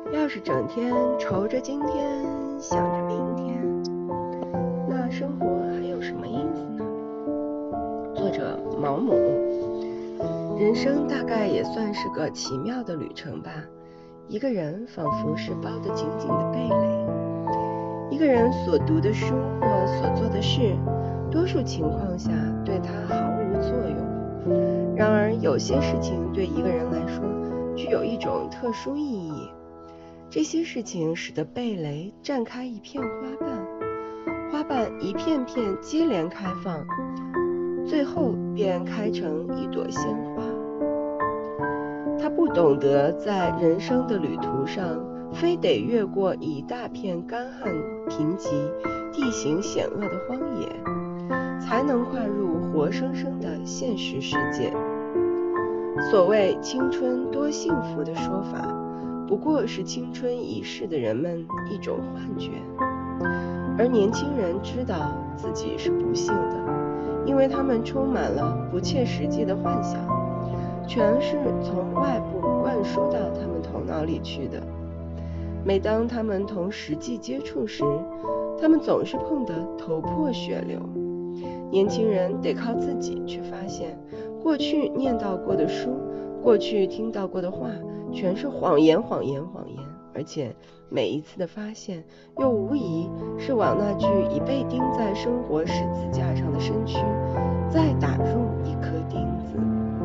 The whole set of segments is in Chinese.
要是整天愁着今天，想着明天，那生活还有什么意思呢？作者毛姆。人生大概也算是个奇妙的旅程吧。一个人仿佛是包得紧紧的蓓蕾，一个人所读的书或所做的事，多数情况下对他毫无作用。然而有些事情对一个人来说具有一种特殊意义，这些事情使得蓓蕾绽开一片花瓣，花瓣一片片接连开放，最后便开成一朵鲜花。他不懂得在人生的旅途上非得越过一大片干旱贫瘠、地形险恶的荒野，才能跨入活生生的现实世界。所谓青春多幸福的说法，不过是青春已逝的人们一种幻觉，而年轻人知道自己是不幸的，因为他们充满了不切实际的幻想，全是从外部灌输到他们头脑里去的。每当他们同实际接触时，他们总是碰得头破血流。年轻人得靠自己去发现，过去念到过的书，过去听到过的话，全是谎言，而且每一次的发现又无疑是往那具已被钉在生活十字架上的身躯再打入一颗钉子。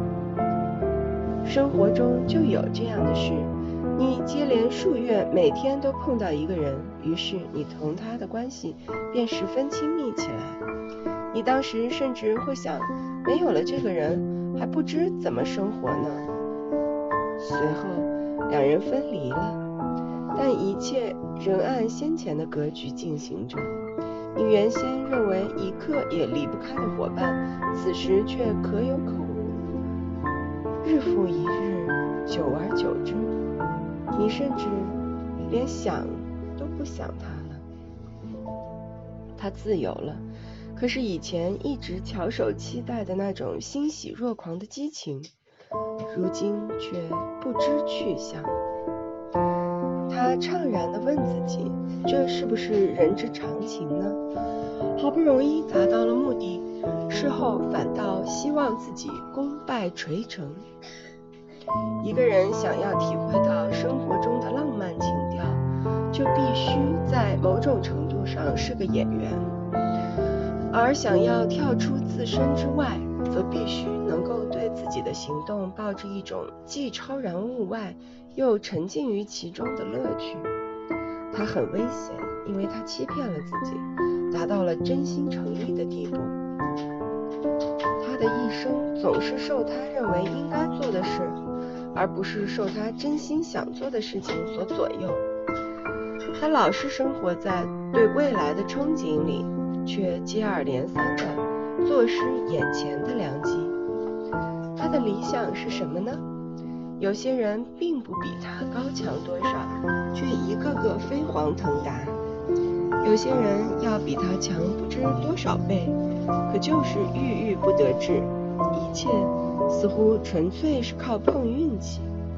生活中就有这样的事，你接连数月每天都碰到一个人，于是你同他的关系便十分亲密起来。你当时甚至会想，没有了这个人还不知怎么生活呢。随后两人分离了，但一切仍按先前的格局进行着。你原先认为一刻也离不开的伙伴，此时却可有可无。日复一日，久而久之，你甚至连想都不想他了。他自由了，可是以前一直翘首期待的那种欣喜若狂的激情，如今却不知去向。他怅然地问自己，这是不是人之常情呢？好不容易达到了目的，事后反倒希望自己功败垂成。一个人想要体会到生活中的浪漫情调，就必须在某种程度上是个演员，而想要跳出自身之外，则必须能够对自己的行动抱着一种既超然物外又沉浸于其中的乐趣。他很危险，因为他欺骗了自己，达到了真心诚意的地步。他的一生总是受他认为应该做的事，而不是受他真心想做的事情所左右。他老是生活在对未来的憧憬里，却接二连三地坐失眼前的良机。他的理想是什么呢？有些人并不比他高强多少，却一个个飞黄腾达；有些人要比他强不知多少倍，可就是郁郁不得志，一切似乎纯粹是靠碰运气。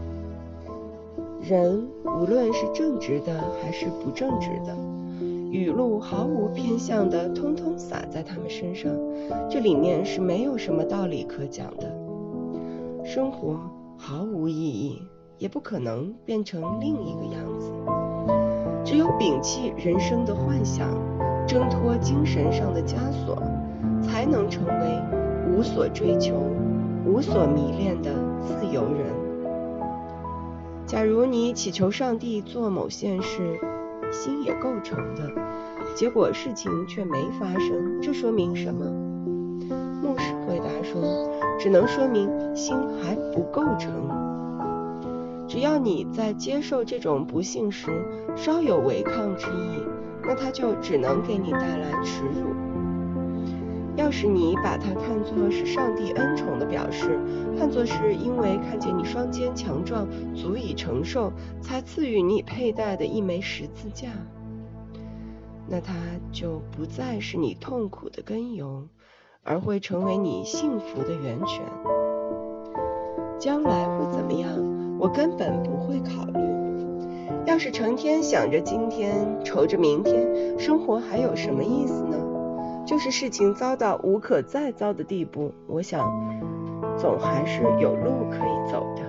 人无论是正直的还是不正直的，雨露毫无偏向的通通洒在他们身上，这里面是没有什么道理可讲的。生活毫无意义，也不可能变成另一个样子。只有摒弃人生的幻想，挣脱精神上的枷锁，才能成为无所追求、无所迷恋的自由人。假如你祈求上帝做某件事，心也够诚的，结果事情却没发生，这说明什么？牧师回答说，只能说明心还不够诚。只要你在接受这种不幸时稍有违抗之意，那它就只能给你带来耻辱。要是你把它看作是上帝恩宠的表示，看作是因为看见你双肩强壮，足以承受，才赐予你佩戴的一枚十字架，那它就不再是你痛苦的根由，而会成为你幸福的源泉。将来会怎么样，我根本不会考虑。 要是成天想着今天，愁着明天，生活还有什么意思呢？就是事情糟到无可再糟的地步，我想总还是有路可以走的。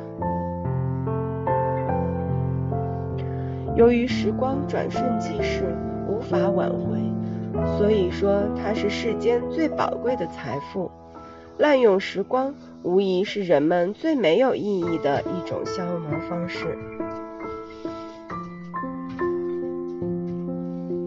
由于时光转瞬即逝，无法挽回，所以说它是世间最宝贵的财富。滥用时光无疑是人们最没有意义的一种消磨方式。